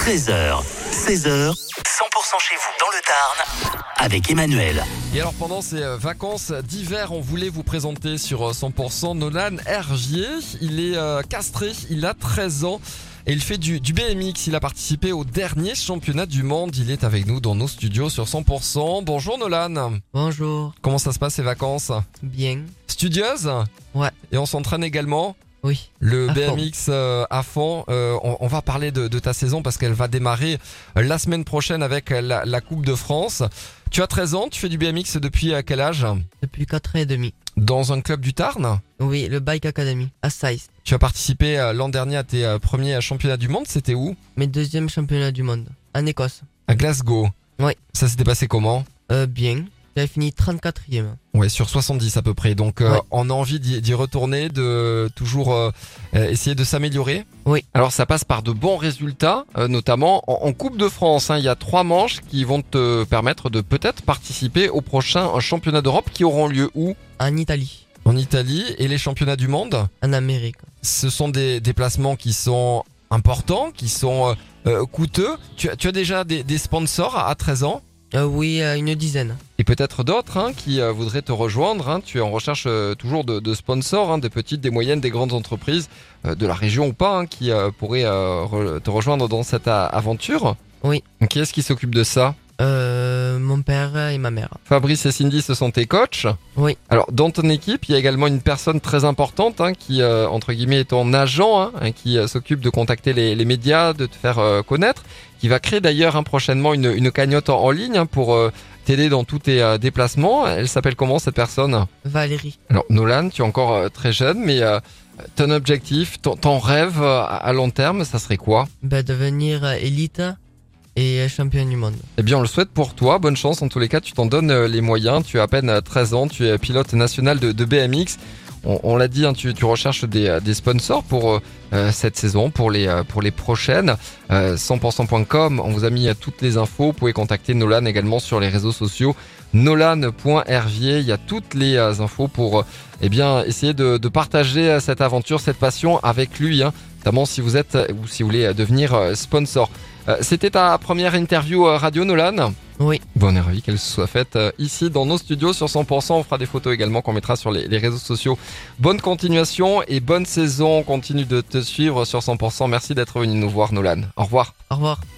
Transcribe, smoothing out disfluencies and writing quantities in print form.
13h, 16h, 100% chez vous dans le Tarn avec Emmanuel. Et alors pendant ces vacances d'hiver, on voulait vous présenter sur 100% Nolan Hervier. Il est castré, il a 13 ans et il fait du BMX. Il a participé au dernier championnat du monde. Il est avec nous dans nos studios sur 100%. Bonjour Nolan. Bonjour. Comment ça se passe ces vacances? Bien. Studieuse? Ouais. Et on s'entraîne également? Oui. Le À BMX à fond. On va parler de ta saison parce qu'elle va démarrer la semaine prochaine avec la Coupe de France. Tu as 13 ans, tu fais du BMX depuis quel âge? Depuis 4 ans et demi. Dans un club du Tarn? Oui, le Bike Academy, à Saïs. Tu as participé l'an dernier à tes premiers championnats du monde, c'était où? Mes deuxièmes championnats du monde. En Écosse. À Glasgow. Oui. Ça s'était passé comment? Bien. J'avais fini 34e. Ouais, sur 70 à peu près. Donc Ouais. on a envie d'y retourner, de toujours essayer de s'améliorer. Oui. Alors ça passe par de bons résultats, notamment en Coupe de France. Il y a 3 manches qui vont te permettre de peut-être participer au prochain championnat d'Europe qui auront lieu où? En Italie. En Italie. Et les championnats du monde? En Amérique. Ce sont des déplacements qui sont importants, qui sont coûteux. Tu as déjà des sponsors à 13 ans? Oui, une dizaine. Et peut-être d'autres qui voudraient te rejoindre. Tu es en recherche toujours de sponsors, des petites, des moyennes, des grandes entreprises, de la région ou pas, qui pourraient te rejoindre dans cette aventure. Oui. Qui est-ce qui s'occupe de ça? Mon père et ma mère. Fabrice et Cindy, ce sont tes coachs. Oui. Alors, dans ton équipe, il y a également une personne très importante qui, entre guillemets, est ton agent, qui s'occupe de contacter les médias, de te faire connaître, qui va créer d'ailleurs prochainement une cagnotte en ligne pour t'aider dans tous tes déplacements. Elle s'appelle comment cette personne? Valérie. Alors, Nolan, tu es encore très jeune, mais ton objectif, ton rêve à long terme, ça serait quoi? Devenir élite et champion du monde. Eh bien, on le souhaite pour toi. Bonne chance. En tous les cas, tu t'en donnes les moyens. Tu as à peine 13 ans. Tu es pilote national de BMX. On l'a dit, tu recherches des sponsors pour cette saison, pour les prochaines. 100%.com, on vous a mis toutes les infos. Vous pouvez contacter Nolan également sur les réseaux sociaux. Nolan.hervier. Il y a toutes les infos pour essayer de partager cette aventure, cette passion avec lui, notamment si vous êtes ou si vous voulez devenir sponsor. C'était ta première interview radio, Nolan? Oui. Bon, on est ravis qu'elle soit faite ici dans nos studios sur 100%. On fera des photos également qu'on mettra sur les réseaux sociaux. Bonne continuation et bonne saison. On continue de te suivre sur 100%. Merci d'être venu nous voir, Nolan. Au revoir. Au revoir.